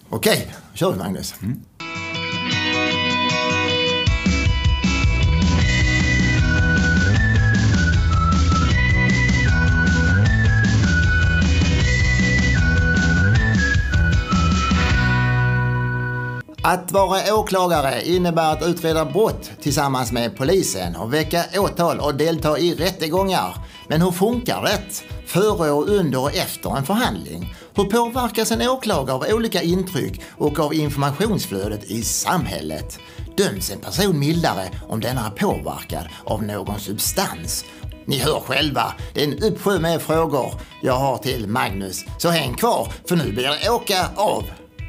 Okej, kör vi Magnus. Att vara åklagare innebär att utreda brott tillsammans med polisen och väcka åtal och delta i rättegångar. Men hur funkar det? Före och under och efter en förhandling? Hur påverkas en åklagare av olika intryck och av informationsflödet i samhället? Döms en person mildare om denna är påverkad av någon substans? Ni hör själva, det är en uppsjö med frågor jag har till Magnus. Så häng kvar, för nu blir det åka av.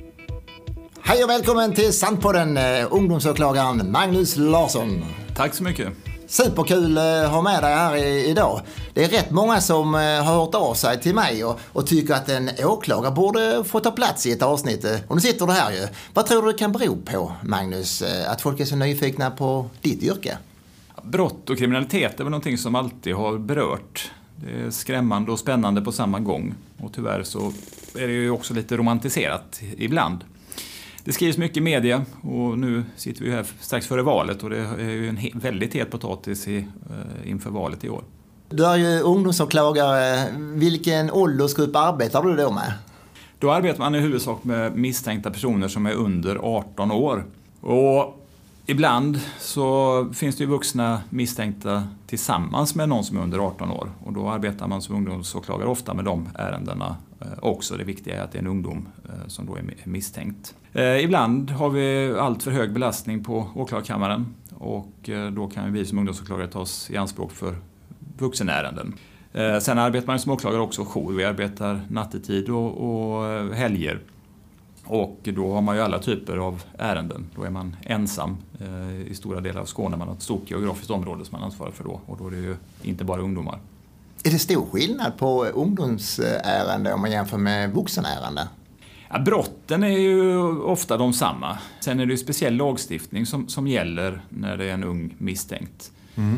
Hej och välkommen till Sandpodden, ungdomsåklagaren Magnus Larsson. Tack så mycket. Superkul att ha med dig här idag. Det är rätt många som har hört av sig till mig och tycker att en åklagare borde få ta plats i ett avsnitt. Och nu sitter du här ju. Vad tror du det kan bero på, Magnus, att folk är så nyfikna på ditt yrke? Brott och kriminalitet är väl någonting som alltid har berört. Det är skrämmande och spännande på samma gång. Och tyvärr så är det ju också lite romantiserat ibland. Det skrivs mycket i media och nu sitter vi här strax före valet och det är ju en väldigt het potatis inför valet i år. Du är ju ungdomsåklagare. Vilken åldersgrupp arbetar du då med? Då arbetar man i huvudsak med misstänkta personer som är under 18 år. Och ibland så finns det ju vuxna misstänkta tillsammans med någon som är under 18 år. Och då arbetar man som ungdomsåklagare ofta med de ärendena också. Det viktiga är att det är en ungdom som då är misstänkt. Ibland har vi allt för hög belastning på åklagarkammaren. Och då kan vi som ungdomsåklagare tas i anspråk för vuxenärenden. Sen arbetar man som åklagare också jour. Vi arbetar nattetid och helger. Och då har man ju alla typer av ärenden. Då är man ensam i stora delar av Skåne. Man har ett stort geografiskt område som man ansvarar för då. Och då är det ju inte bara ungdomar. Är det stor skillnad på ungdomsärenden om man jämför med vuxenärenden? Ja, brotten är ju ofta de samma. Sen är det ju speciell lagstiftning som gäller när det är en ung misstänkt.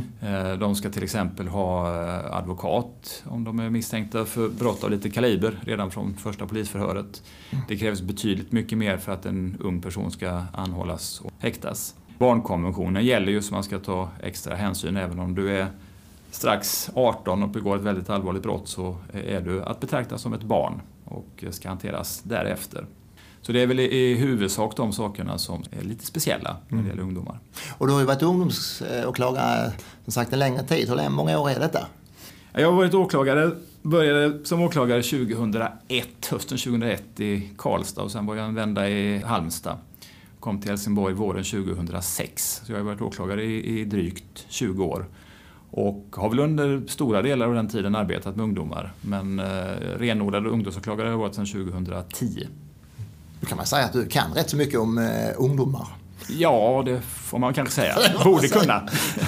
De ska till exempel ha advokat om de är misstänkta för brott av lite kaliber redan från första polisförhöret. Det krävs betydligt mycket mer för att en ung person ska anhållas och häktas. Barnkonventionen gäller ju så man ska ta extra hänsyn. Även om du är strax 18 och begår ett väldigt allvarligt brott så är du att betrakta som ett barn och ska hanteras därefter. Så det är väl i huvudsak de sakerna som är lite speciella när det gäller ungdomar. Och du har ju varit ungdomsåklagare som sagt en längre tid. Hur många år är detta? Jag har varit åklagare, började som åklagare 2001, hösten 2001 i Karlstad och sen var jag en vända i Halmstad. Kom till Helsingborg våren 2006. Så jag har varit åklagare i drygt 20 år. Och har väl under stora delar av den tiden arbetat med ungdomar. Men renodlad ungdomsåklagare har jag varit sedan 2010. Då kan man säga att du kan rätt så mycket om ungdomar. Ja, det får man kanske säga. Borde kunna.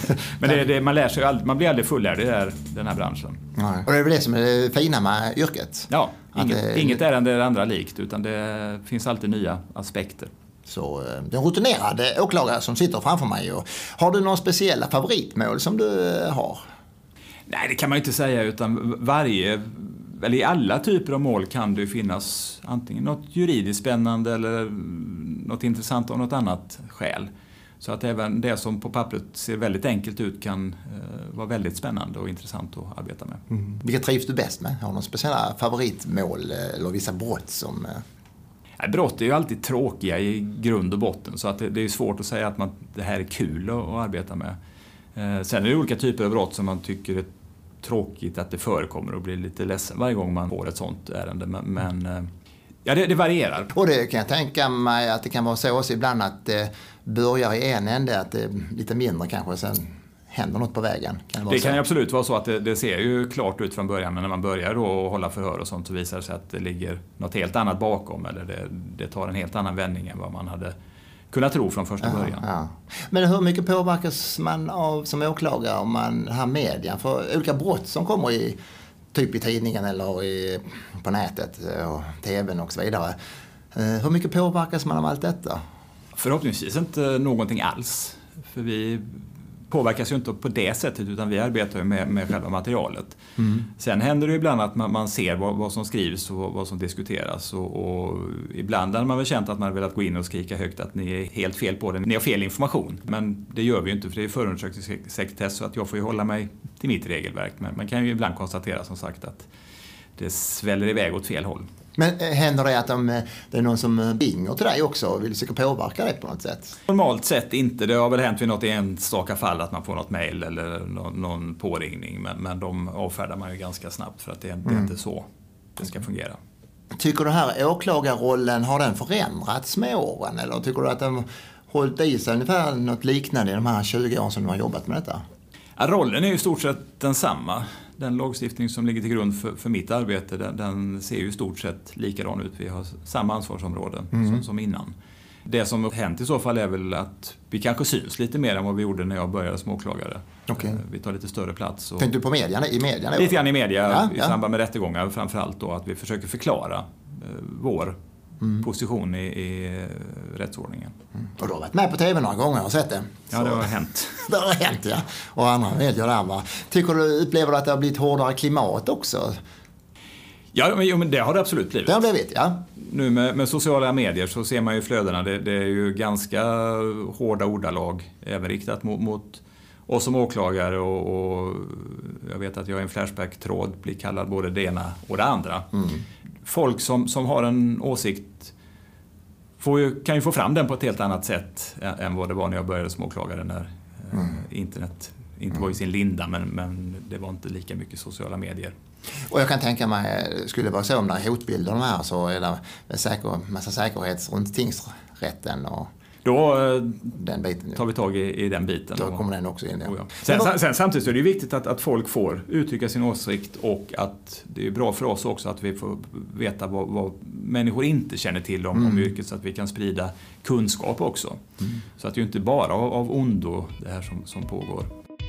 Men man lär sig aldrig, man blir aldrig fullärd i den här branschen. Nej. Och det är väl det som är det fina med yrket? Ja, inget ärende är andra likt utan det finns alltid nya aspekter. Så den rutinerade åklagare som sitter framför mig. Har du några speciella favoritmål som du har? Nej, det kan man ju inte säga utan eller i alla typer av mål kan det finnas antingen något juridiskt spännande eller något intressant av något annat skäl. Så att även det som på pappret ser väldigt enkelt ut kan vara väldigt spännande och intressant att arbeta med. Vilka trivs du bäst med? Har du några speciella favoritmål eller vissa brott som... Brott är ju alltid tråkiga i grund och botten så att det är svårt att säga att det här är kul att arbeta med. Sen är det olika typer av brott som man tycker är tråkigt att det förekommer och blir lite ledsen varje gång man får ett sånt ärende. Men ja, det varierar. Och det kan jag tänka mig att det kan vara så också ibland att det börjar i en ände, att det är lite mindre kanske sen händer något på vägen. Det kan ju absolut vara så att det ser ju klart ut från början men när man börjar då hålla förhör och sånt så visar det sig att det ligger något helt annat bakom eller det tar en helt annan vändning än vad man hade kunnat tro från första början. Ja. Men hur mycket påverkas man av som åklagare om man har media för olika brott som kommer i tidningen eller på nätet och tvn och så vidare? Hur mycket påverkas man av allt detta? Förhoppningsvis inte någonting alls. För vi påverkas ju inte på det sättet, utan vi arbetar ju med själva materialet. Sen händer det ju ibland att man ser vad som skrivs och vad som diskuteras. Och ibland har man väl känt att man har velat gå in och skrika högt att ni är helt fel på det. Ni har fel information. Men det gör vi ju inte, för det är förundersökningssekretess, så att jag får ju hålla mig till mitt regelverk. Men man kan ju ibland konstatera som sagt att det sväller iväg åt fel håll. Men händer det att det är någon som ringer till dig också och vill försöka påverka det på något sätt? Normalt sett inte. Det har väl hänt vid något enstaka fall att man får något mejl eller någon påringning. Men de avfärdar man ju ganska snabbt, för att det är inte så det ska fungera. Tycker du här åklagarrollen, har den förändrats med åren? Eller tycker du att den har hållit i sig ungefär något liknande i de här 20 åren som du har jobbat med detta? Ja, rollen är ju i stort sett densamma. Den lagstiftning som ligger till grund för mitt arbete, den ser ju i stort sett likadan ut. Vi har samma ansvarsområden som innan. Det som har hänt i så fall är väl att vi kanske syns lite mer än vad vi gjorde när jag började som åklagare. Okay. Vi tar lite större plats. Tänkte du på media? Lite grann i media, i samband med rättegångar framförallt då, att vi försöker förklara vår position i rättsordningen. Och du har varit med på tv några gånger och sett det. Ja, det har hänt. Det har hänt, ja. Och andra medier där, va. Upplever du att det har blivit hårdare klimat också? Ja, men det har det absolut blivit. Det har blivit, ja. Nu med sociala medier så ser man ju flödena. Det är ju ganska hårda ordalag, även riktat mot oss som åklagare. Och jag vet att jag i en Flashback-tråd blir kallad både det ena och det andra. Folk som har en åsikt kan ju få fram den på ett helt annat sätt än vad det var när jag började som åklagare, när internet inte var i sin linda, men det var inte lika mycket sociala medier. Och jag kan tänka mig, skulle det vara så om det är hotbilder här, så är det massa säkerhet runt tingsrätten och då den biten. Tar vi tag i den biten. Då kommer den också in. Ja. Sen samtidigt är det ju viktigt att folk får uttrycka sin åsikt, och att det är bra för oss också att vi får veta vad människor inte känner till om yrket, så att vi kan sprida kunskap också. Så att det är ju inte bara av ondo det här som pågår.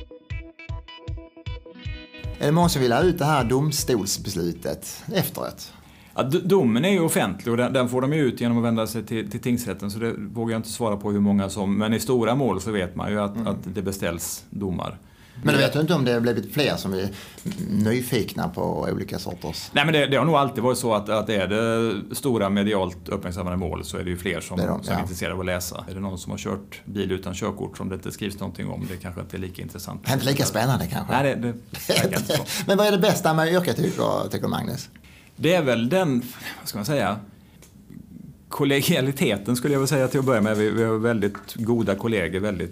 Är det många som vill ha ut det här domstolsbeslutet efteråt? Ja, domen är ju offentlig, och den får de ju ut genom att vända sig till tingsrätten, så det vågar jag inte svara på hur många som, men i stora mål så vet man ju att det beställs domar. Men du vet ju inte om det har blivit fler som är nyfikna på olika sorters? Nej, men det har nog alltid varit så att är det stora medialt uppmärksammade mål, så är det ju fler som är intresserade av att läsa. Är det någon som har kört bil utan körkort som det inte skrivs någonting om, det kanske inte är lika intressant. Det är inte lika spännande kanske? Nej, det verkar inte så. Men vad är det bästa med yrket, tycker Magnus? Det är väl den, vad ska man säga, kollegialiteten skulle jag väl säga till att börja med. Vi har väldigt goda kollegor,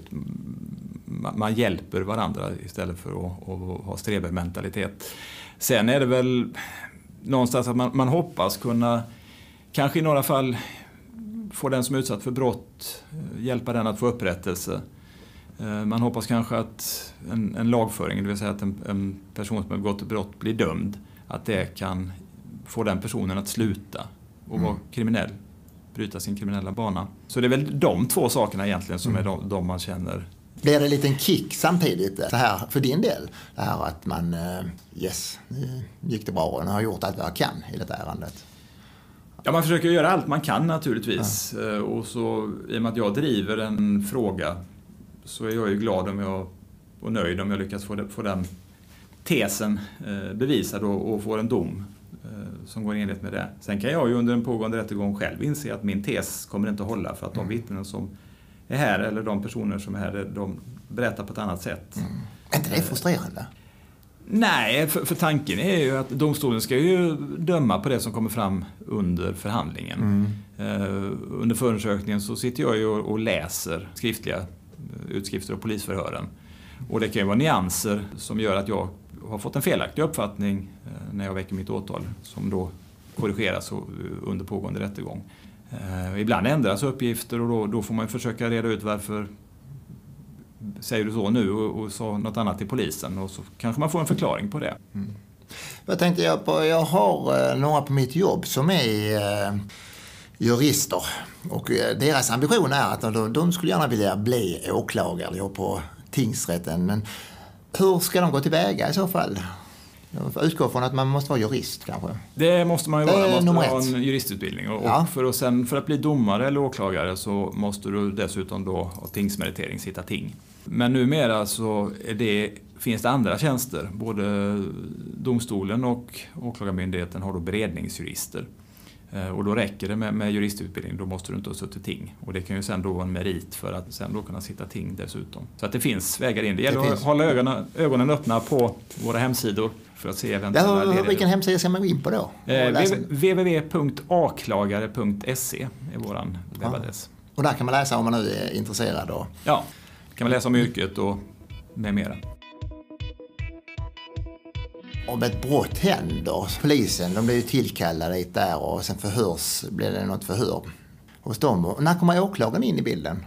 man hjälper varandra istället för att ha strävarmentalitet. Sen är det väl någonstans att man hoppas kunna, kanske i några fall, få den som är utsatt för brott, hjälpa den att få upprättelse. Man hoppas kanske att en lagföring, det vill säga att en person som har begått ett brott blir dömd, att det kan få den personen att sluta och vara kriminell, bryta sin kriminella bana. Så det är väl de två sakerna egentligen som är de man känner. Blir det en liten kick samtidigt det här för din del? Det här att man, nu gick det bra och har gjort allt vad jag kan i det ärendet. Ja, man försöker göra allt man kan naturligtvis. Ja. Och så, i och med att jag driver en fråga, så är jag ju glad och nöjd om jag lyckas få den tesen bevisad och få en dom som går i enlighet med det. Sen kan jag ju under en pågående rättegång själv inse att min tes kommer inte att hålla, för att de vittnen som är här, eller de personer som är här, de berättar på ett annat sätt. Är inte det frustrerande? Nej, för tanken är ju att domstolen ska ju döma på det som kommer fram under förhandlingen. Under förundersökningen så sitter jag ju och läser skriftliga utskrifter av polisförhören. Och det kan ju vara nyanser som gör att jag har fått en felaktig uppfattning när jag väcker mitt åtal, som då korrigeras under pågående rättegång. Ibland ändras uppgifter, och då får man försöka reda ut varför säger du så nu och sa något annat till polisen, och så kanske man får en förklaring på det. Vad tänkte jag på? Jag har några på mitt jobb som är jurister, och deras ambition är att de skulle gärna vilja bli åklagare eller på tingsrätten, men hur ska de gå tillväga i så fall? Jag får utgå från att man måste vara jurist kanske. Det måste man ju vara. Man måste ha en juristutbildning. Och för att bli domare eller åklagare så måste du dessutom då ha tingsmeritering, sitta ting. Men numera så finns det andra tjänster. Både domstolen och åklagarmyndigheten har då beredningsjurister. Och då räcker det med juristutbildning, då måste du inte ha suttit ting. Och det kan ju sen då vara en merit för att sen då kunna sitta ting dessutom. Så att det finns vägar in. Det gäller att hålla ögonen öppna på våra hemsidor för att se eventuella ledigheter. Vilken hemsida ska man gå in på då? www.aklagare.se är våran webbadress. Och där kan man läsa om man nu är intresserad då? Ja, kan man läsa om yrket och med mera. Om ett brott händer, polisen, de blir ju tillkallade dit där och sen blir det något förhör hos dem. Och när kommer åklagaren in i bilden?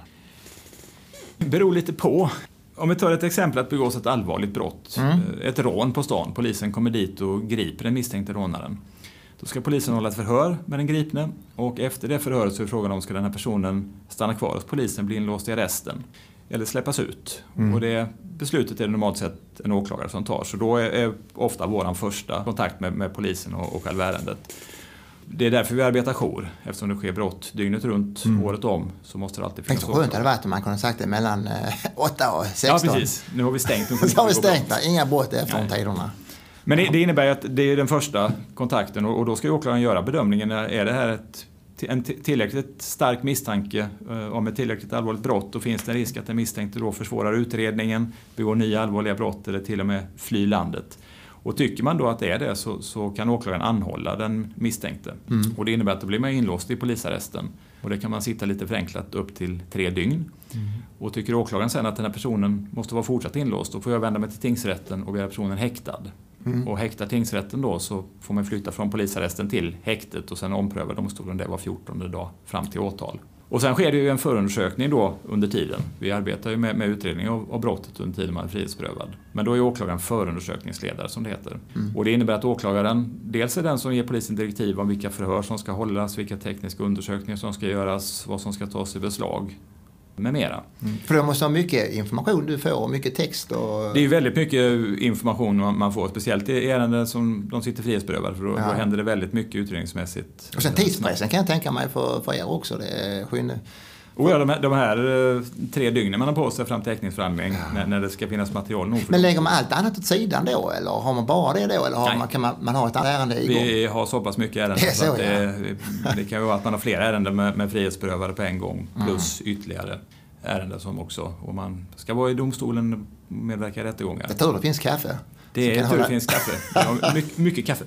Det beror lite på. Om vi tar ett exempel att begås ett allvarligt brott, ett rån på stan, polisen kommer dit och griper den misstänkte rånaren. Då ska polisen hålla ett förhör med den gripne och efter det förhöret så är frågan om ska den här personen stanna kvar hos polisen, bli inlåst i arresten eller släppas ut. Och det beslutet är det normalt sett en åklagare som tar. Så då är ofta våran första kontakt med polisen och själva ärendet. Det är därför vi arbetar jour. Eftersom det sker brott dygnet runt, året om, så måste det alltid finnas åklagare. Tänk så skönt det hade varit om man kunde sagt det mellan 8 och 16. Ja, precis. Nu har vi stängt. Nu har vi stängt, inga brott efter de tiderna. Men det innebär ju att det är den första kontakten och då ska ju åklagaren göra bedömningen. Är det här en tillräckligt stark misstanke om ett tillräckligt allvarligt brott, då finns det en risk att den misstänkte då försvårar utredningen, begår nya allvarliga brott eller till och med flyr landet. Och tycker man då att det är det så kan åklagaren anhålla den misstänkte. Och det innebär att då blir man inlåst i polisarresten. Och det kan man sitta lite förenklat upp till 3 dygn. Och tycker åklagaren sen att den här personen måste vara fortsatt inlåst, då får jag vända mig till tingsrätten och begära personen häktad. Och häktar tingsrätten då så får man flytta från polisarresten till häktet och sen ompröva domstolen det var 14:e dag fram till åtal. Och sen sker det ju en förundersökning då under tiden. Vi arbetar ju med utredning av brottet under tiden man är frihetsberövad. Men då är åklagaren förundersökningsledare som det heter. Och det innebär att åklagaren dels är den som ger polisen direktiv om vilka förhör som ska hållas, vilka tekniska undersökningar som ska göras, vad som ska tas i beslag med mera. För det måste ha mycket information du får, mycket text. Och... Det är väldigt mycket information man får, speciellt i ärenden som de sitter frihetsberövade, för då händer det väldigt mycket utredningsmässigt. Och sen tidspressen kan jag tänka mig för er också, det är skynde. Och ja, de här 3 dygnen man har på sig fram till häktningsförhandling när det ska finnas material nog. Men lägger man allt annat åt sidan då, eller har man bara det då, eller kan man ha ett ärende igång? Vi har så pass mycket ärenden det, så, det kan ju vara att man har flera ärenden med frihetsberövade på en gång plus ytterligare ärenden som också, och man ska vara i domstolen och medverka i rättegångar. Jag tror det finns kaffe. Det är tur det finns kaffe. Mycket kaffe.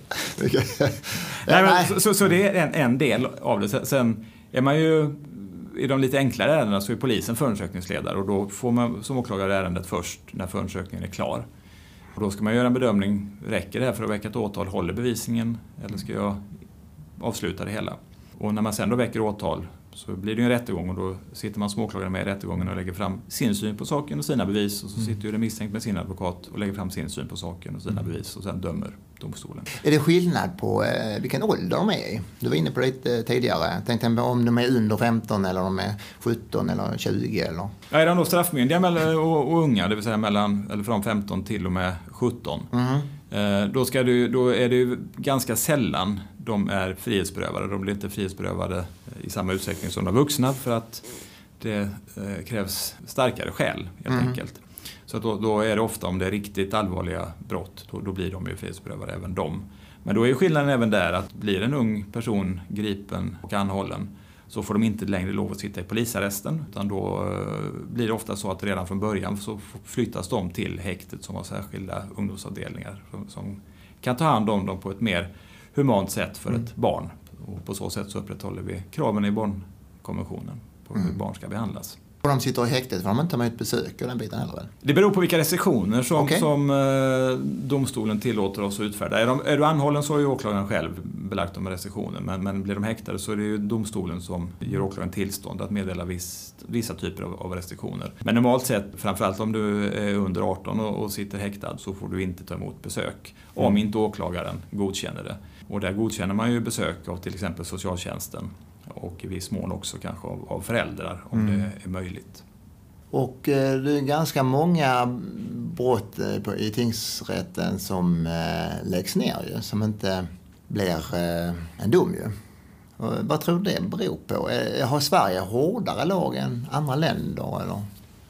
Så det är en del av det. Sen är man ju i de lite enklare ärendena så är polisen förundersökningsledare och då får man som åklagare ärendet först när förundersökningen är klar. Och då ska man göra en bedömning, räcker det här för att väcka ett åtal, håller bevisningen eller ska jag avsluta det hela? Och när man sen då väcker åtal så blir det en rättegång och då sitter man som åklagare med i rättegången och lägger fram sin syn på saken och sina bevis och så sitter ju den misstänkt med sin advokat och lägger fram sin syn på saken och sina bevis och sen dömer domstolen. Är det skillnad på vilken ålder de är i? Du var inne på det lite tidigare. Jag tänkte om de är under 15 eller de är 17 eller 20 eller? Ja, är de då straffmyndiga och unga, det vill säga från 15 till och med 17. Då är det ju ganska sällan de är frihetsberövade. De blir inte frihetsberövade i samma utsträckning som de vuxna för att det krävs starkare skäl helt enkelt. Så att då är det ofta, om det är riktigt allvarliga brott, då blir de ju frihetsberövade även de. Men då är skillnaden även där att blir en ung person gripen och anhållen så får de inte längre lov att sitta i polisarresten, utan då blir det ofta så att redan från början så flyttas de till häktet som har särskilda ungdomsavdelningar som kan ta hand om dem på ett mer humant sätt för ett barn. Och på så sätt så upprätthåller vi kraven i barnkonventionen på hur barn ska behandlas. Och de sitter i häktet för de inte tar med ett besök och den biten heller väl? Det beror på vilka restriktioner som domstolen tillåter oss att utfärda. Är du anhållen så är ju åklagaren själv belagt med restriktioner. Men blir de häktade så är det ju domstolen som ger åklagaren tillstånd att meddela vissa typer av restriktioner. Men normalt sett, framförallt om du är under 18 och sitter häktad, så får du inte ta emot besök. Om inte åklagaren godkänner det. Och där godkänner man ju besök av till exempel socialtjänsten. Och i viss mån också kanske av föräldrar om det är möjligt. Och det är ganska många brott i tingsrätten som läggs ner ju, som inte blir en dom ju. Och vad tror du det beror på? Har Sverige hårdare lag än andra länder eller?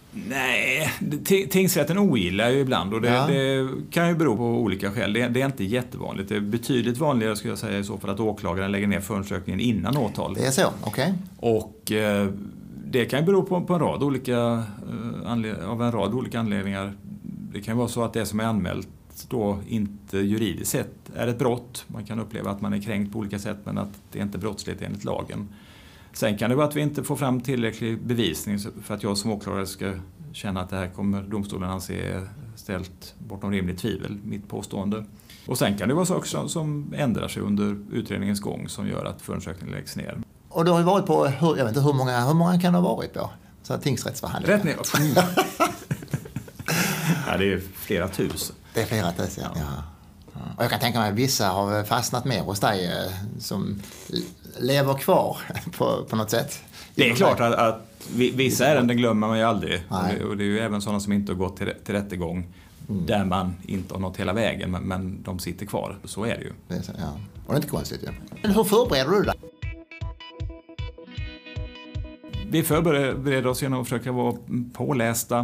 Nej, tingsrätten ogillar ju ibland och det kan ju bero på olika skäl. Det är inte jättevanligt. Det är betydligt vanligare skulle jag säga i så fall att åklagaren lägger ner förundersökningen innan åtal. Det är så, okej. Och det kan ju bero på en rad olika anledningar. Det kan ju vara så att det som är anmält då inte juridiskt sett är ett brott. Man kan uppleva att man är kränkt på olika sätt men att det inte är brottsligt enligt lagen. Sen kan det vara att vi inte får fram tillräcklig bevisning för att jag som åklagare ska känna att det här kommer domstolen anse ställt bortom rimligt tvivel, mitt påstående. Och sen kan det vara saker som ändrar sig under utredningens gång som gör att förundersökningen läggs ner. Och du har ju varit på, jag vet inte hur många kan det ha varit på? Så tingsrättsförhandlingar. Rätt neråt. Ja, det är flera tusen. Det är flera tusen, ja. Och jag kan tänka mig att vissa har fastnat mer hos dig som lever kvar på något sätt. Det är klart att vissa ärenden glömmer man ju aldrig. Och det är ju även sådana som inte har gått till rättegång där man inte har nått hela vägen, men de sitter kvar. Så är det ju. Det är så, ja. Och det är inte konstigt. Ja. Men hur förbereder du dig? Vi förbereder oss genom att försöka vara pålästa.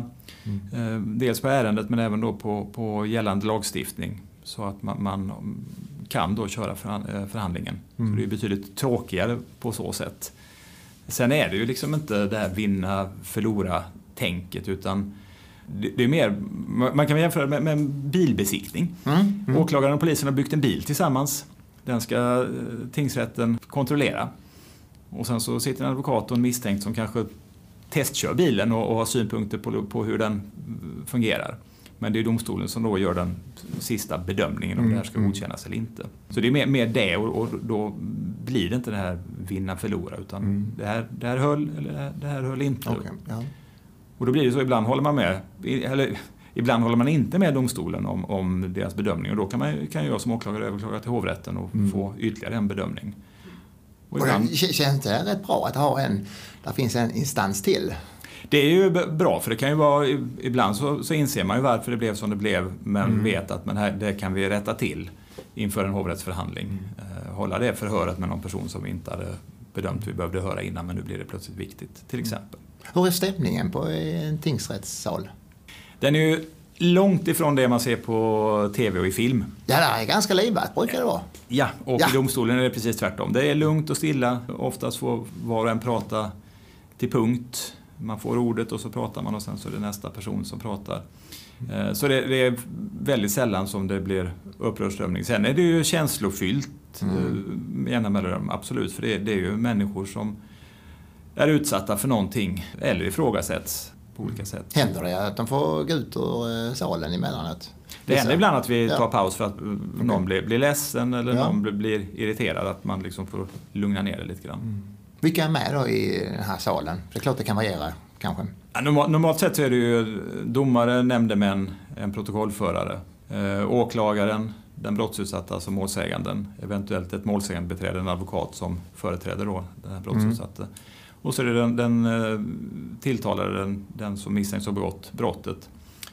Dels på ärendet men även då på gällande lagstiftning. Så att man kan då köra förhandlingen. Så det är betydligt tråkigare på så sätt. Sen är det ju liksom inte det här vinna, förlora tänket utan det är mer, man kan jämföra med en bilbesiktning. Åklagaren och polisen har byggt en bil tillsammans. Den ska tingsrätten kontrollera. Och sen så sitter en advokat och en misstänkt som kanske testkör bilen och har synpunkter på hur den fungerar. Men det är domstolen som då gör den sista bedömningen om det här ska godkännas eller inte. Så det är mer det och då blir det inte det här vinna-förlora utan det här höll eller det här höll inte. Okay, ja. Och då blir det så ibland håller man med, eller ibland håller man inte med domstolen om deras bedömning och då kan jag som åklagare överklaga till hovrätten och få ytterligare en bedömning. Och ibland... Känns det rätt bra att ha där finns en instans till? Det är ju bra för det kan ju vara, ibland så inser man ju varför det blev som det blev men vet att det kan vi rätta till inför en hovrättsförhandling. Hålla det förhöret med någon person som vi inte hade bedömt vi behövde höra innan men nu blir det plötsligt viktigt till exempel. Hur är stämningen på en tingsrättssal? Den är ju långt ifrån det man ser på tv och i film. Ja, det är ganska livat, brukar det vara. Ja, och i domstolen är det precis tvärtom. Det är lugnt och stilla. Oftast får var och en prata till punkt. Man får ordet och så pratar man och sen så är det nästa person som pratar. Så det är väldigt sällan som det blir upprörsstämning. Sen är det ju känslofyllt gärna med dem, absolut. För det är ju människor som är utsatta för någonting eller ifrågasätts på olika sätt. Händer det att de får gå ut ur salen emellanåt? Det händer ibland att vi tar paus för att någon blir ledsen eller någon blir irriterad. Att man liksom får lugna ner det lite grann. Vilka är med då i den här salen? Det är klart det kan variera, kanske. Ja, normalt sett så är det ju domare, nämndemän, en protokollförare, åklagaren, den brottsutsatta, alltså målsäganden, eventuellt ett målsägandebiträde, en advokat som företräder då den här brottsutsatte. Och så är det den tilltalade, den som misstänks ha begått brottet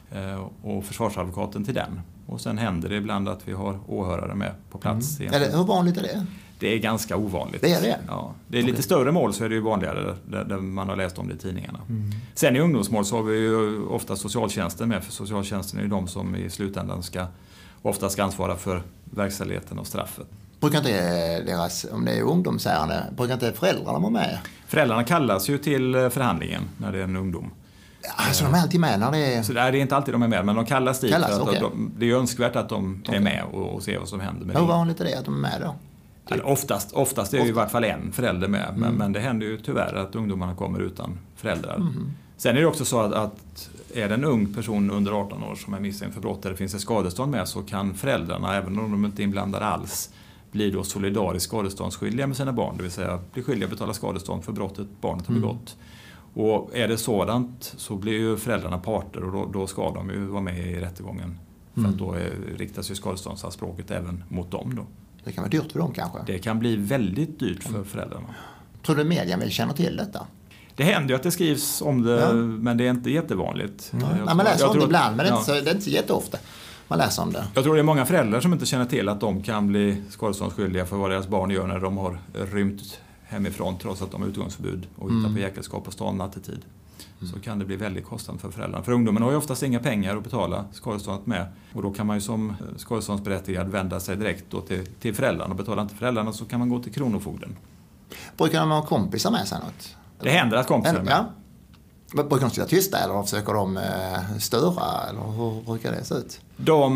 och försvarsadvokaten till den. Och sen händer det ibland att vi har åhörare med på plats. Hur vanligt är det? Det är ganska ovanligt. Det är det? Ja, det är lite större mål så är det ju vanligare där man har läst om det i tidningarna. Sen i ungdomsmål så har vi ju ofta socialtjänsten med, för socialtjänsten är ju de som i slutändan ofta ska ansvara för verkställigheten och straffet. Brukar inte om det är ungdomsärende, brukar inte föräldrarna vara med? Föräldrarna kallas ju till förhandlingen när det är en ungdom. Alltså de är alltid med när det är... Så det är inte alltid de är med, men de kallas dit för att okay. det är önskvärt att de är med och ser vad som händer med det. Hur vanligt är det att de är med då? Oftast är det i vart fall en förälder med, men det händer ju tyvärr att ungdomarna kommer utan föräldrar. Sen är det också så att är det en ung person under 18 år som är misstänkt för brott där det finns ett skadestånd med så kan föräldrarna, även om de inte är inblandade alls, bli då solidariskt skadeståndsskyldiga med sina barn, det vill säga bli skyldiga att betala skadestånd för brottet barnet har begått. Och är det sådant så blir ju föräldrarna parter och då ska de ju vara med i rättegången. För att då riktas ju skadeståndsanspråket även mot dem då. Det kan vara dyrt för dem kanske? Det kan bli väldigt dyrt för föräldrarna. Tror du media vill känna till detta? Det händer ju att det skrivs om det, men det är inte jättevanligt. Man läser om det ibland, men det är inte jätteofta man läser om det. Jag tror det är många föräldrar som inte känner till att de kan bli skadeståndsskyldiga för vad deras barn gör när de har rymt hemifrån trots att de har utgångsförbud och hittar på jäkelskap på stan nattetid. så kan det bli väldigt kostsamt för föräldrarna. För ungdomen har ju oftast inga pengar att betala skadeståndet med. Och då kan man ju som skadeståndsberättigad vända sig direkt då till föräldrarna. Och betalar inte föräldrarna så kan man gå till kronofogden. Brukar de ha kompisar med sig något? Det händer att kompisar är med. Ja. Brukar de sitta tysta eller försöker de störa? Eller hur brukar det se ut?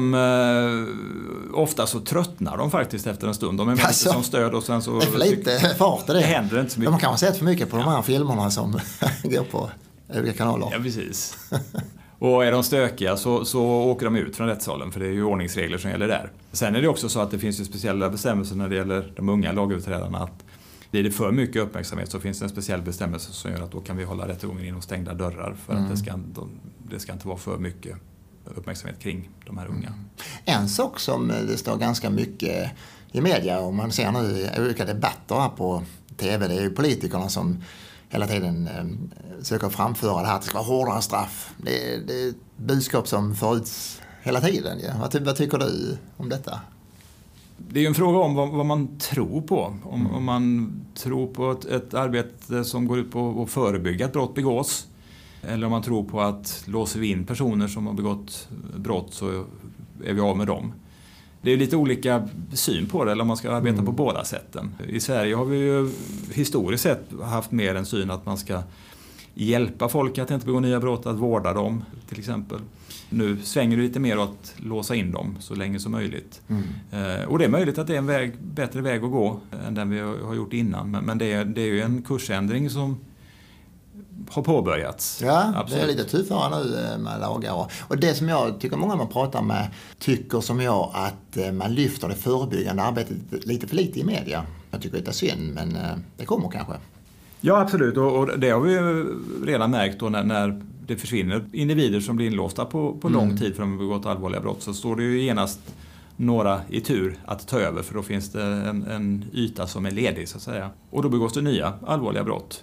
Ofta så tröttnar de faktiskt efter en stund. De är med lite som stöd och sen så... Det är för lite fart i det. Det händer inte så mycket. De kan ha sett för mycket på de här filmerna som går på olika kanaler. Ja, precis. Och är de stökiga så åker de ut från rättssalen, för det är ju ordningsregler som gäller där. Sen är det också så att det finns ju speciella bestämmelser när det gäller de unga lagöverträdarna, att blir det för mycket uppmärksamhet så finns det en speciell bestämmelse som gör att då kan vi hålla rättegången inom stängda dörrar, för att det ska inte vara för mycket uppmärksamhet kring de här unga. En sak som det står ganska mycket i media, och man ser nu i olika debatter här på tv, det är ju politikerna som hela tiden söker framföra det här att det ska vara hårdare straff. Det är ett budskap som föruts hela tiden. Ja. Vad tycker du om detta? Det är ju en fråga om vad man tror på. Om man tror på ett arbete som går ut på att förebygga att brott begås. Eller om man tror på att låser vi in personer som har begått brott så är vi av med dem. Det är lite olika syn på det, eller om man ska arbeta på båda sätten. I Sverige har vi ju historiskt sett haft mer en syn att man ska hjälpa folk att inte begå nya brott, att vårda dem till exempel. Nu svänger det lite mer att låsa in dem så länge som möjligt. Och det är möjligt att det är en bättre väg att gå än den vi har gjort innan. Men det är ju en kursändring som har påbörjats. Ja, absolut. Det är lite tuffare nu med lagar. Och det som jag tycker många man pratar med tycker som jag att man lyfter det förebyggande arbetet lite för lite i media. Jag tycker det är synd, men det kommer kanske. Ja, absolut. Och det har vi redan märkt då när det försvinner individer som blir inlåsta på lång tid för att de har begått allvarliga brott, så står det ju genast några i tur att ta över, för då finns det en yta som är ledig så att säga. Och då begås det nya allvarliga brott.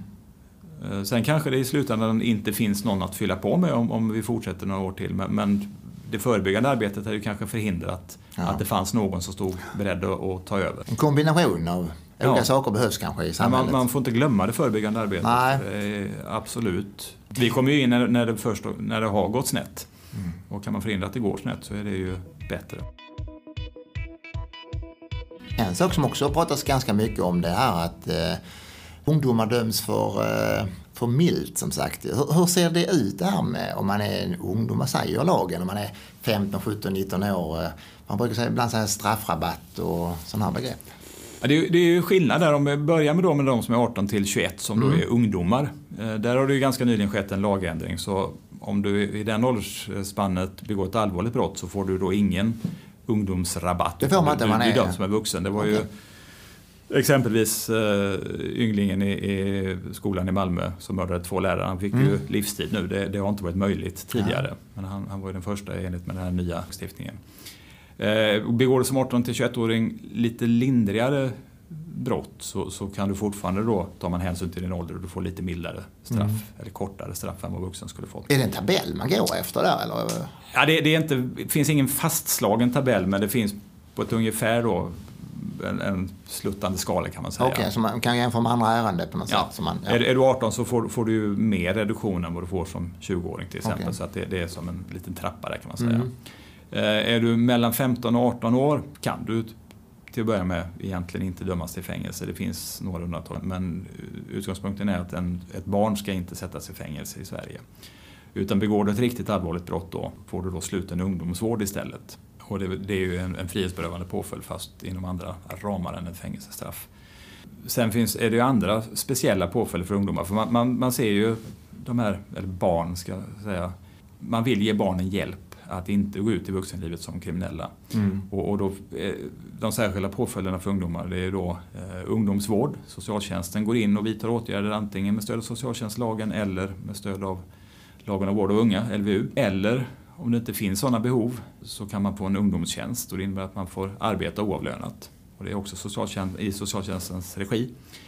Sen kanske det i slutändan inte finns någon att fylla på med om vi fortsätter några år till, men det förebyggande arbetet är ju kanske förhindrat att det fanns någon som stod beredd att ta över. En kombination av olika saker behövs kanske i samhället. Man får inte glömma det förebyggande arbetet. Nej. Absolut. Vi kommer ju in när det har gått snett. Och kan man förhindra att det går snett så är det ju bättre. En sak som också pratas ganska mycket om det här att ungdomar döms för milt, som sagt. Hur ser det ut det här med om man är en ungdom, man säger lagen, om man är 15, 17, 19 år? Man brukar säga ibland säga straffrabatt och sådana här begrepp. Ja, det är ju skillnad där. Om vi börjar med de som är 18 till 21 som då är ungdomar. Där har det ju ganska nyligen skett en lagändring. Så om du i den åldersspannet begår ett allvarligt brott så får du då ingen ungdomsrabatt. Det får man inte, man är dömd som är vuxen. Det var ju exempelvis ynglingen i skolan i Malmö som mördade 2 lärare. Han fick ju livstid nu. Det har inte varit möjligt tidigare. Ja. Men han var ju den första enligt med den här nya lagstiftningen. Begår du som 18-21-åring lite lindrigare brott så kan du fortfarande då, tar man hänsyn till din ålder, och du får lite mildare straff eller kortare straff än vad vuxen skulle få. Är det en tabell man går efter där eller? Ja, det finns ingen fastslagen tabell, men det finns på ett ungefär då en sluttande skala kan man säga. Okej, så man kan jämföra med andra ärenden på något sätt. Som man, Är du 18 så får du ju mer reduktion än vad du får som 20-åring till exempel. Så att det är som en liten trappa där kan man säga. Är du mellan 15 och 18 år kan du till att börja med egentligen inte dömas till fängelse. Det finns några undantag, men utgångspunkten är att ett barn ska inte sättas i fängelse i Sverige. Utan begår du ett riktigt allvarligt brott då får du då sluten ungdomsvård istället. Och det är ju en frihetsberövande påföljd fast inom andra ramar än ett fängelsestraff. Sen är det ju andra speciella påföljder för ungdomar. För man ser ju de här, eller barn ska jag säga, man vill ge barnen hjälp att inte gå ut i vuxenlivet som kriminella. Och då, de särskilda påföljderna för ungdomar, det är då ungdomsvård. Socialtjänsten går in och vidtar åtgärder antingen med stöd av socialtjänstlagen eller med stöd av lagen om vård av unga, LVU. Eller om det inte finns sådana behov så kan man få en ungdomstjänst, och det innebär att man får arbeta oavlönat. Och det är också i socialtjänstens regi.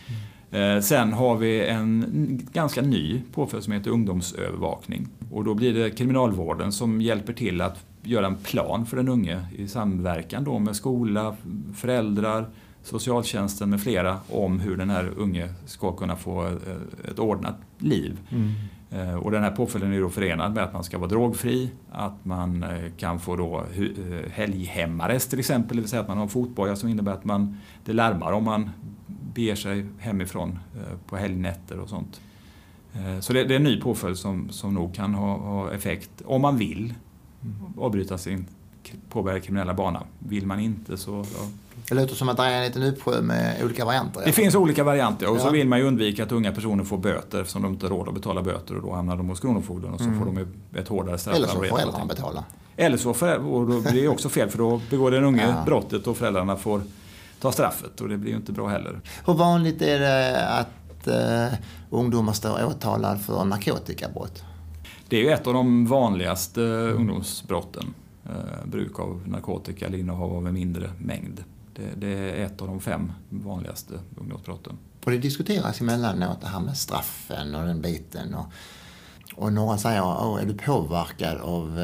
Sen har vi en ganska ny påföljd som heter ungdomsövervakning. Och då blir det kriminalvården som hjälper till att göra en plan för den unge i samverkan då med skola, föräldrar, socialtjänsten med flera om hur den här unge ska kunna få ett ordnat liv. Och den här påföljden är då förenad med att man ska vara drogfri, att man kan få då helghemarrest till exempel, det vill säga att man har en fotboja som innebär att det larmar om man beger sig hemifrån på helgnätter och sånt. Så det är en ny påföljd som nog kan ha effekt om man vill avbryta sin påbörjade kriminella bana. Vill man inte så... Ja. Det låter som att det är en liten uppsjö med olika varianter. Det finns olika varianter och så vill man ju undvika att unga personer får böter eftersom de inte har råd att betala böter och då hamnar de hos kronofogden och så får de ett hårdare straff. Eller så föräldrarna betala. Eller så, och då blir det också fel för då begår den unge brottet och föräldrarna får ta straffet och det blir ju inte bra heller. Hur vanligt är det att ungdomar står åtalade för narkotikabrott? Det är ju ett av de vanligaste ungdomsbrotten. Bruk av narkotika eller innehav av en mindre mängd. Det är ett av de 5 vanligaste ungdomsbrotten. Och det diskuteras emellanåt det här med straffen och den biten. Och några säger, är du påverkad av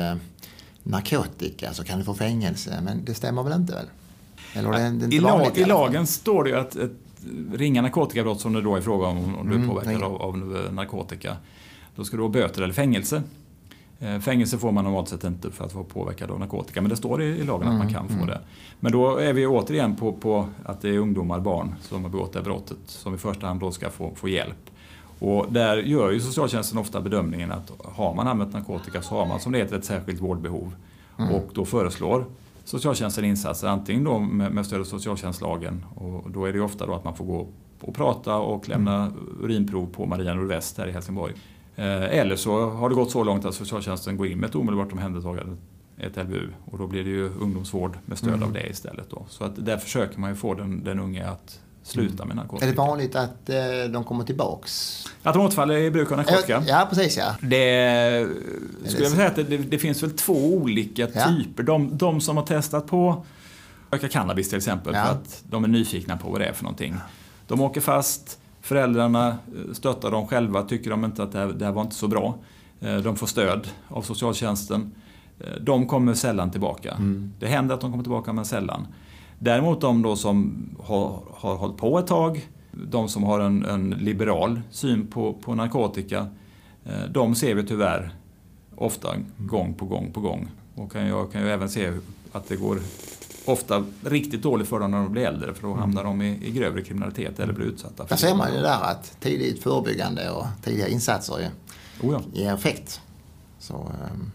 narkotika så kan du få fängelse. Men det stämmer väl inte väl? Eller det är inte vanligt, I lagen står det ju att ett ringa narkotikabrott som det då är fråga om du är påverkad av narkotika. Då ska du ha böter eller fängelse. Fängelse får man normalt sett inte för att vara påverkad av narkotika. Men det står i lagen att man kan få det. Men då är vi återigen på att det är ungdomar, barn som har begått det brottet som i första hand då ska få hjälp. Och där gör ju socialtjänsten ofta bedömningen att har man använt narkotika så har man som det heter ett särskilt vårdbehov. Och då föreslår socialtjänsten insatser antingen då med stöd av socialtjänstlagen. Och då är det ju ofta då att man får gå och prata och lämna urinprov på Maria Nordväst här i Helsingborg. Eller så har det gått så långt att socialtjänsten går in med ett omedelbart omhändertagande, ett LVU. Och då blir det ju ungdomsvård med stöd av det istället då. Så att där försöker man ju få den unge att sluta med narkotika. Är det vanligt att de kommer tillbaks? Att de återfaller i bruk av narkotika? Ja, precis ja. Det skulle jag säga att det finns väl 2 olika typer. De som har testat på röka cannabis till exempel för att de är nyfikna på vad det är för någonting. De åker fast. Föräldrarna stöttar dem själva, tycker de inte att det här var inte så bra. De får stöd av socialtjänsten. De kommer sällan tillbaka. Det händer att de kommer tillbaka men sällan. Däremot de då som har hållit på ett tag, de som har en liberal syn på narkotika, de ser vi tyvärr ofta gång på gång. Och kan ju även se att det går ofta riktigt dåligt för dem när de blir äldre för då hamnar de i grövre kriminalitet eller blir utsatta. Där ser man ju där att tidigt förebyggande och tidiga insatser ger effekt. Så,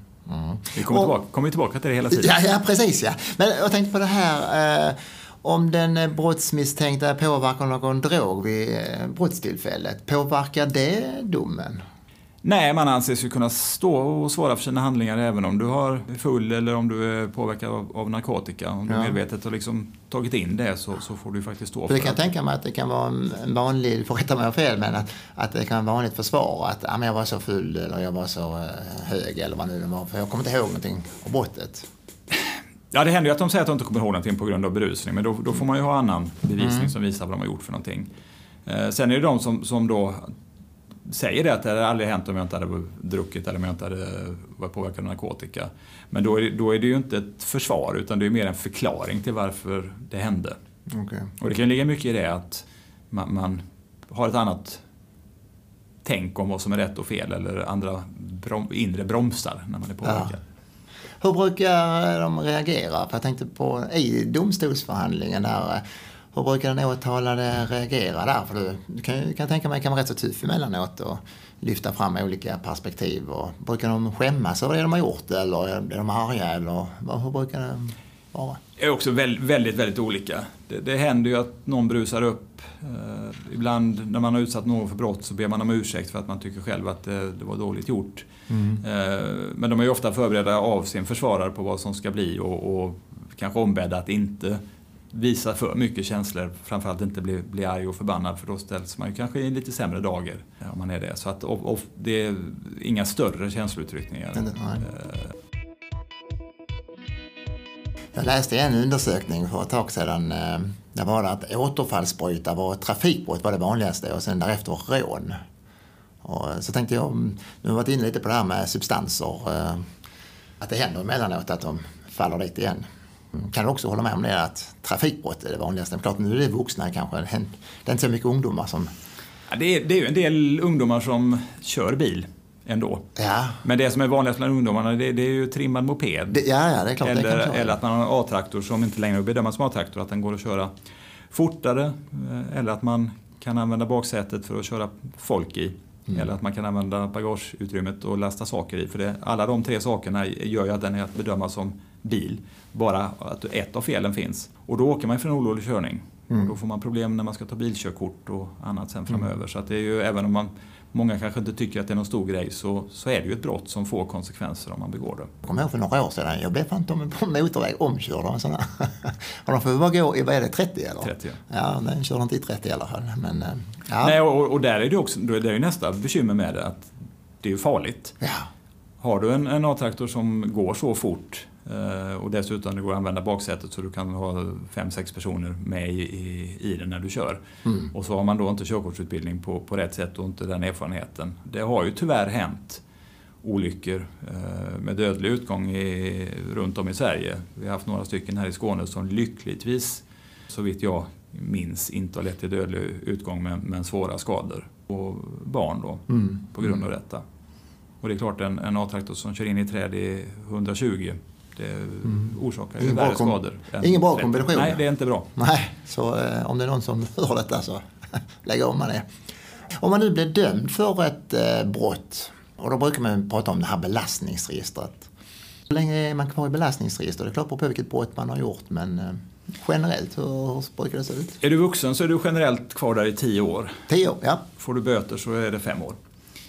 Vi kommer tillbaka till det hela tiden. Ja, precis ja. Men jag tänkte på det här om den brottsmisstänkta påverkar någon drog vid brottstillfället. Påverkar det domen? Nej, man anses ju kunna stå och svara för sina handlingar även om du har full eller om du är påverkad av narkotika. Om du medvetet har liksom tagit in det så får du faktiskt stå för det. Jag kan tänka mig att det kan vara en vanlig, för rätta mig fel, men att det kan vara vanligt försvar att jag var så full eller jag var så hög eller vad nu det var. För jag kommer inte ihåg någonting av brottet. Ja, det händer ju att de säger att de inte kommer ihåg någonting på grund av berusning. Men då får man ju ha annan bevisning som visar vad de har gjort för någonting. Sen är det de som då säger det att det hade aldrig hänt om jag inte hade druckit eller om jag inte hade varit påverkad av narkotika. Men då är det ju inte ett försvar utan det är mer en förklaring till varför det hände. Okay. Och det kan ligga mycket i det att man har ett annat tänk om vad som är rätt och fel eller andra inre bromsar när man är påverkad. Ja. Hur brukar de reagera? För jag tänkte på i domstolsförhandlingen där. Hur brukar den åtalade reagera där? För du kan tänka mig kan vara rätt så tuff emellanåt och lyfta fram olika perspektiv. Och brukar de skämmas över det de har gjort eller är de arga? Eller hur brukar det vara? Det är också väldigt, väldigt olika. Det händer ju att någon brusar upp. Ibland när man har utsatt någon för brott så ber man om ursäkt för att man tycker själv att det var dåligt gjort. Men de är ju ofta förberedda av sin försvarare på vad som ska bli och kanske ombedda att inte visa för mycket känslor, framförallt inte bli arg och förbannad för då ställs man ju kanske i lite sämre dagar om man är det. Så att det är inga större känslouttryckningar. Jag läste en undersökning för ett tag sedan. Det var att återfallsbryta var trafikbrott var det vanligaste och sen därefter rån. Och så tänkte jag, nu har varit inne lite på det här med substanser, att det händer emellanåt att de faller dit igen. Kan du också hålla med om det att trafikbrott är det vanligaste? Klart, nu är det vuxna kanske. Det är inte så mycket ungdomar som... Ja, det är ju en del ungdomar som kör bil ändå. Ja. Men det som är vanligast bland ungdomarna det är ju trimmad moped. Det är klart. Eller att man har en A-traktor som inte längre bedöms som A-traktor, att den går att köra fortare. Eller att man kan använda baksätet för att köra folk i. Eller att man kan använda bagageutrymmet och lasta saker i. För alla de 3 sakerna gör ju att den är att bedöma som bil. Bara att ett av felen finns. Och då åker man för en olovlig körning. Och då får man problem när man ska ta bilkörkort och annat sen framöver. Så att det är ju, även om många kanske inte tycker att det är någon stor grej, så är det ju ett brott som får konsekvenser om man begår det. Jag kommer ihåg för några år sedan, jag blev fan på motorväg omkörd av en sån här. Och de får bara gå i, vad är det, 30 eller? 30, ja. Den körde inte i 30 i alla fall. Men, ja. Nej, och där är det också, det är ju nästa bekymmer med det, att det är ju farligt. Ja. Har du en A-traktor som går så fort och dessutom det går att använda baksätet så du kan ha 5-6 personer med i den när du kör. Och så har man då inte körkortsutbildning på rätt sätt och inte den erfarenheten. Det har ju tyvärr hänt olyckor med dödlig utgång runt om i Sverige. Vi har haft några stycken här i Skåne som lyckligtvis, så vitt jag minns, inte har lett till dödlig utgång men svåra skador på barn då på grund av detta. Och det är klart en A-traktor som kör in i träd i 120, det orsakar ju värre skador. Ingen bra kombination. Nej, det är inte bra. Nej, så om det är någon som hör detta så lägg om man det. Om man nu blir dömd för ett brott, och då brukar man prata om det här belastningsregistret. Hur länge är man kvar i belastningsregistret? Det är klart på vilket brott man har gjort, men generellt hur brukar det se ut? Är du vuxen så är du generellt kvar där i 10 år. 10 år, ja. Får du böter så är det 5 år.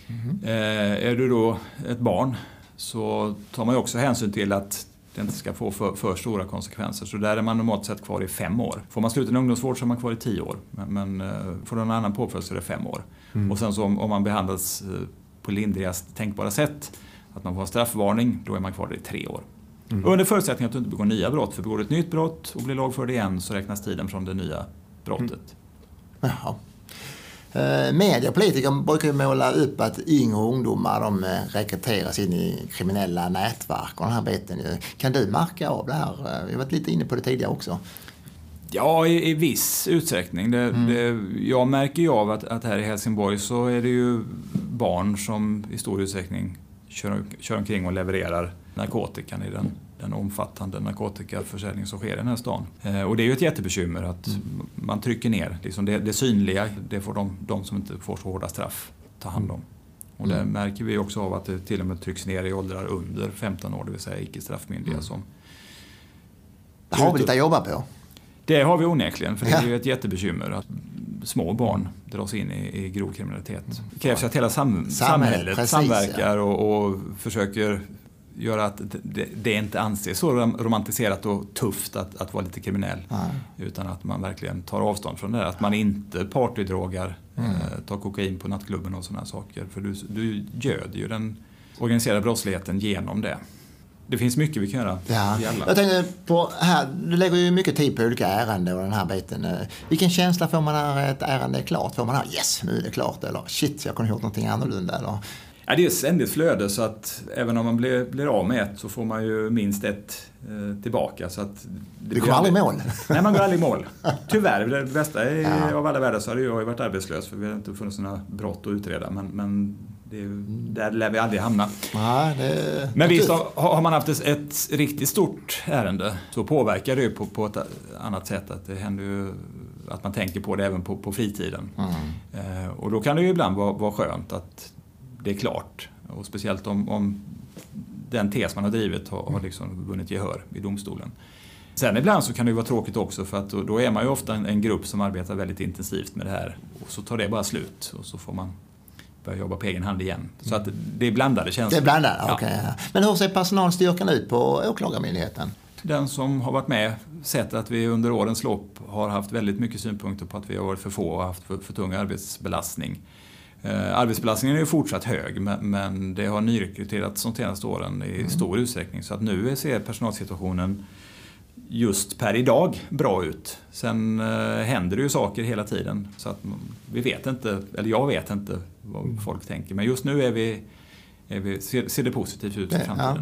Är du då ett barn så tar man ju också hänsyn till att det inte ska få för stora konsekvenser. Så där är man normalt sett kvar i 5 år. Får man sluta en ungdomsvård så är man kvar i 10 år. Men får du en annan påföljd så är det 5 år. Och sen så om man behandlas på lindrigast tänkbara sätt, att man får en straffvarning, då är man kvar i 3 år. Under förutsättning att du inte begår nya brott. För begår du ett nytt brott och blir lagförd igen så räknas tiden från det nya brottet. Jaha. Media och politiker brukar ju måla upp att yngre ungdomar de rekryteras in i kriminella nätverk och den här biten. Kan du märka av det här? Vi har varit lite inne på det tidigare också. Ja, i viss utsträckning. Jag märker ju av att här i Helsingborg så är det ju barn som i stor utsträckning kör omkring och levererar narkotikan i den omfattande narkotikaförsäljning som sker i den här stan. Och det är ju ett jättebekymmer att man trycker ner. Liksom det synliga, det får de som inte får så hårda straff ta hand om. Och där märker vi också av att det till och med trycks ner i åldrar under 15 år, det vill säga icke-straffmyndiga som... Det har vi lite att jobba på. Det har vi onekligen, för det är ju ett jättebekymmer att små barn dras in i grov kriminalitet. Det krävs ju att hela samhället precis, samverkar och försöker göra att det inte anses så romantiserat och tufft att vara lite kriminell. Utan att man verkligen tar avstånd från det. Att man inte partydrogar, tar kokain på nattklubben och sådana saker. För du göder ju den organiserade brottsligheten genom det. Det finns mycket vi kan göra. Ja. I alla. Jag tänkte på här, du lägger ju mycket tid på olika ärenden och den här biten. Vilken känsla får man när ett ärende är klart? Får man här, yes, nu är det klart, eller shit, jag kunde gjort någonting annorlunda, eller? Ja, det är ett ständigt flöde, så att även om man blir av med ett så får man ju minst ett tillbaka. Så att det går aldrig i mål. Nej, man går aldrig i mål. Tyvärr, det bästa av alla världar så har jag varit arbetslös för vi har inte funnits några brott att utreda. Men där lär vi aldrig hamna. Ja, men visst, har man haft ett riktigt stort ärende så påverkar det ju på ett annat sätt. Att det händer ju att man tänker på det även på fritiden. Och då kan det ju ibland vara skönt att det är klart. Och speciellt om den tes man har drivit har liksom vunnit gehör i domstolen. Sen ibland så kan det ju vara tråkigt också, för att då är man ju ofta en grupp som arbetar väldigt intensivt med det här. Och så tar det bara slut och så får man börja jobba på egen hand igen. Så att det är blandade känslor. Det är blandade, okej. Ja. Men hur ser personalstyrkan ut på åklagarmyndigheten? Den som har varit med sett att vi under årens lopp har haft väldigt mycket synpunkter på att vi har varit för få och haft för tung arbetsbelastning. Arbetsbelastningen är ju fortsatt hög, men det har nyrekryterats de senaste åren i stor utsträckning. Så att nu ser personalsituationen just per idag bra ut. Sen händer det ju saker hela tiden. Så att vi vet inte, eller jag vet inte vad folk tänker. Men just nu ser det positivt ut i framtiden.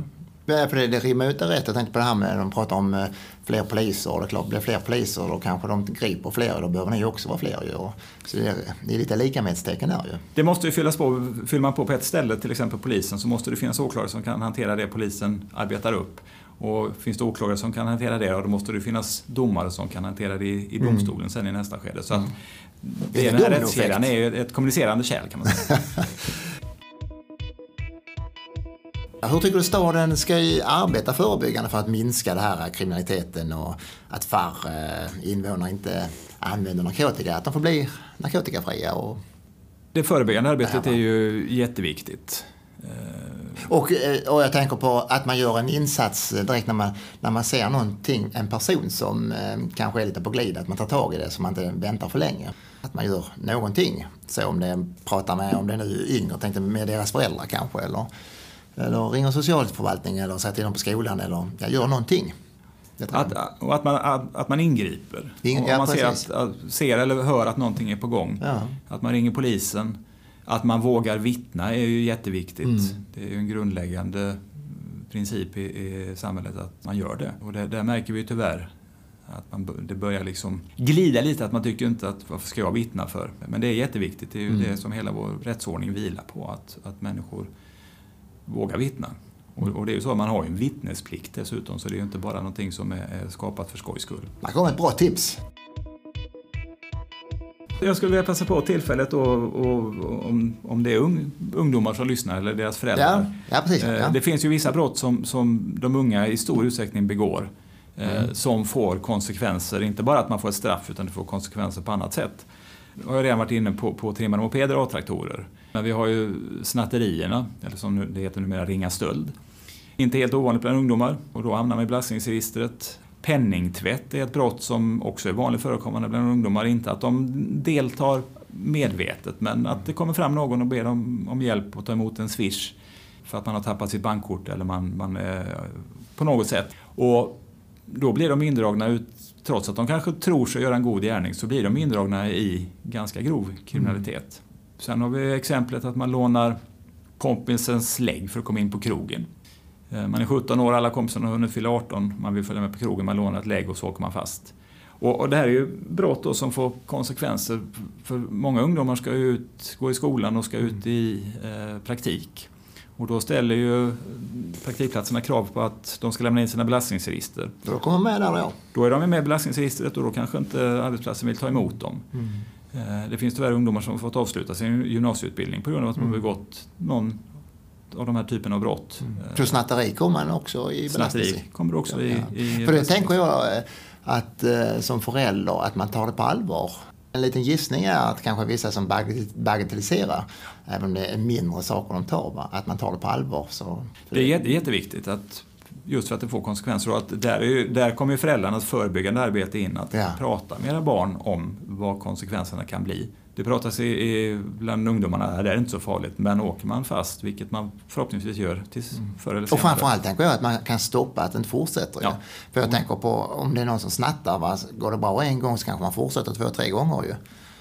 För det rimmar ut rätt. Jag tänkte på det här med de pratar om fler poliser. Och det är klart, blir fler poliser då kanske de griper fler. Då behöver ni också vara fler. Ju. Så det är lite likamedstecken där ju. Det måste ju fyller man på ett ställe, till exempel polisen, så måste det finnas åklagare som kan hantera det polisen arbetar upp. Och finns det åklagare som kan hantera det, och då måste det finnas domare som kan hantera det i domstolen sen i nästa skede. Så att den här rättskedjan är ju ett kommunicerande kärl, kan man säga. Hur tycker du staden ska arbeta förebyggande för att minska det här kriminaliteten och att färre invånare inte använder narkotika, att de får bli narkotikafria? Det förebyggande arbetet är ju jätteviktigt. Och jag tänker på att man gör en insats direkt när man ser någonting, en person som kanske är lite på glid, att man tar tag i det så man inte väntar för länge. Att man gör någonting, så om det pratar med, om det nu är yngre, tänkte med deras föräldrar kanske, eller ringer socialförvaltningen eller sätter dem på skolan eller gör någonting. Att man ingriper. Om man ser eller hör att någonting är på gång. Ja. Att man ringer polisen. Att man vågar vittna är ju jätteviktigt. Det är ju en grundläggande princip i samhället att man gör det. Och där märker vi ju tyvärr att det börjar liksom glida lite, att man tycker inte att varför ska jag vittna för. Men det är jätteviktigt. Det är ju det som hela vår rättsordning vilar på. Att människor våga vittna. Och det är ju så att man har ju en vittnesplikt dessutom, så det är ju inte bara någonting som är skapat för skojs skull. Man kommer ett bra tips. Jag skulle vilja passa på tillfället om det är ungdomar som lyssnar eller deras föräldrar. Ja, precis. Ja. Det finns ju vissa brott som de unga i stor utsträckning begår som får konsekvenser. Inte bara att man får ett straff, utan det får konsekvenser på annat sätt. Jag har redan varit inne på trimmade mopeder och A-traktorer. Men vi har ju snatterierna, eller som det heter numera, ringa stöld. Inte helt ovanligt bland ungdomar, och då hamnar man i belastningsregistret. Penningtvätt är ett brott som också är vanligt förekommande bland ungdomar. Inte att de deltar medvetet, men att det kommer fram någon och ber dem om hjälp att ta emot en swish för att man har tappat sitt bankkort eller man på något sätt. Och då blir de indragna ut, trots att de kanske tror sig göra en god gärning, så blir de indragna i ganska grov kriminalitet. Sen har vi exemplet att man lånar kompisens slägg för att komma in på krogen. Man är 17 år, alla kompisarna har hunnit fylla 18, man vill följa med på krogen, man lånar ett lägg och så åker man fast. Och det här är ju brott då som får konsekvenser, för många ungdomar ska gå i skolan och ska ut i praktik. Och då ställer ju praktikplatserna krav på att de ska lämna in sina belastningsregister. Då kommer de med där då? Då är de med i belastningsregistret och då kanske inte arbetsplatsen vill ta emot dem. Det finns tyvärr ungdomar som har fått avsluta sin gymnasieutbildning på grund av att de har begått någon av de här typen av brott. Så snatteri kommer också i belastning? Snatteri kommer också i för det tänker jag att som förälder att man tar det på allvar. En liten gissning är att kanske vissa som bagatelliserar, även om det är mindre saker de tar, att man tar det på allvar. Så. Det är jätteviktigt att just för att det får konsekvenser, och att där kommer ju föräldrarnas förebyggande arbete in, att prata med era barn om vad konsekvenserna kan bli. Det pratas bland ungdomarna, det är inte så farligt, men åker man fast, vilket man förhoppningsvis gör tills förr eller senare. Och framförallt tänker jag att man kan stoppa att den fortsätter. Ja. För jag tänker på, om det är någon som snattar, går det bara en gång så kanske man fortsätter 2-3 gånger ju.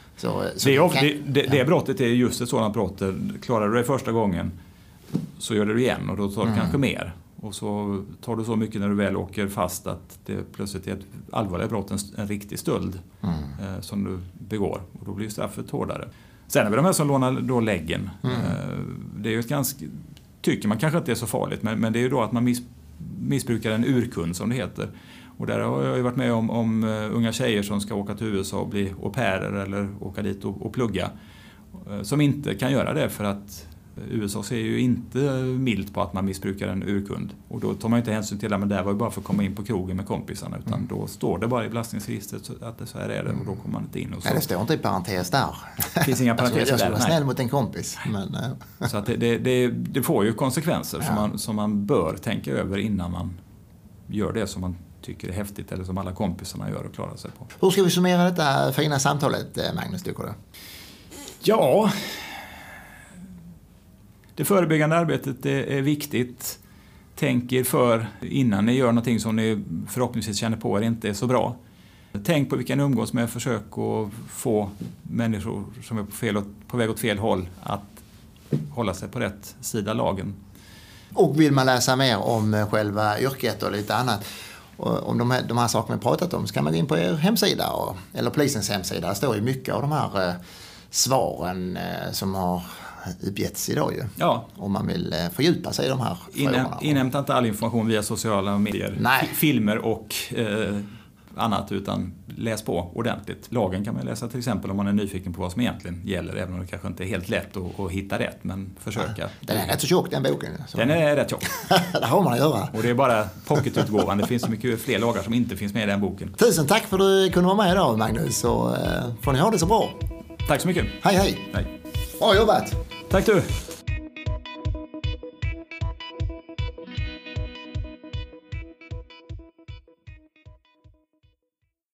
Det brottet är just ett sådant brott. Klarar du dig första gången så gör du det igen, och då tar du kanske mer. Och så tar du så mycket när du väl åker fast att det plötsligt är ett allvarligt brott, en riktig stöld som du begår. Och då blir straffet hårdare. Sen är vi de här som lånar då läggen. Det är ju ett ganska, tycker man kanske inte är så farligt, men det är ju då att man missbrukar en urkund, som det heter. Och där har jag ju varit med om unga tjejer som ska åka till USA och bli au pairer eller åka dit och plugga. Som inte kan göra det för att USA ser ju inte milt på att man missbrukar en urkund. Och då tar man inte hänsyn till det, men det var ju bara för att komma in på krogen med kompisarna. Utan då står det bara i belastningsregistret att det så här är det, och då kommer man inte in. Och så. Nej, det står inte i parentes där. Det finns inga parenteser där. Jag skulle vara snäll mot en kompis. Men, så att det får ju konsekvenser som man bör tänka över innan man gör det som man tycker är häftigt eller som alla kompisarna gör och klarar sig på. Hur ska vi summera detta fina samtalet, Magnus, tycker du? Ja, det förebyggande arbetet är viktigt. Tänk er för innan ni gör någonting som ni förhoppningsvis känner på er inte är så bra. Tänk på vilka ni umgås med, försök att få människor som är på väg åt fel håll att hålla sig på rätt sida lagen. Och vill man läsa mer om själva yrket och lite annat, och om de här sakerna vi pratat om, så kan man gå in på er hemsida eller polisens hemsida. Det står ju mycket av de här svaren som har uppgetts idag ju. Ja. Om man vill fördjupa sig i de här frågorna. Inhämta inte all information via sociala medier, filmer och annat, utan läs på ordentligt. Lagen kan man läsa till exempel om man är nyfiken på vad som egentligen gäller, även om det kanske inte är helt lätt att hitta rätt, men försöka. Den är rätt så tjock, den boken. Så. Den är rätt tjock. Det har man att göra. Och det är bara pocketutgåvan. Det finns så mycket fler lagar som inte finns med i den boken. Tusen tack för att du kunde vara med idag, Magnus, och får ni ha det så bra. Tack så mycket. Hej, hej. Hej. Bra jobbat. Tack du.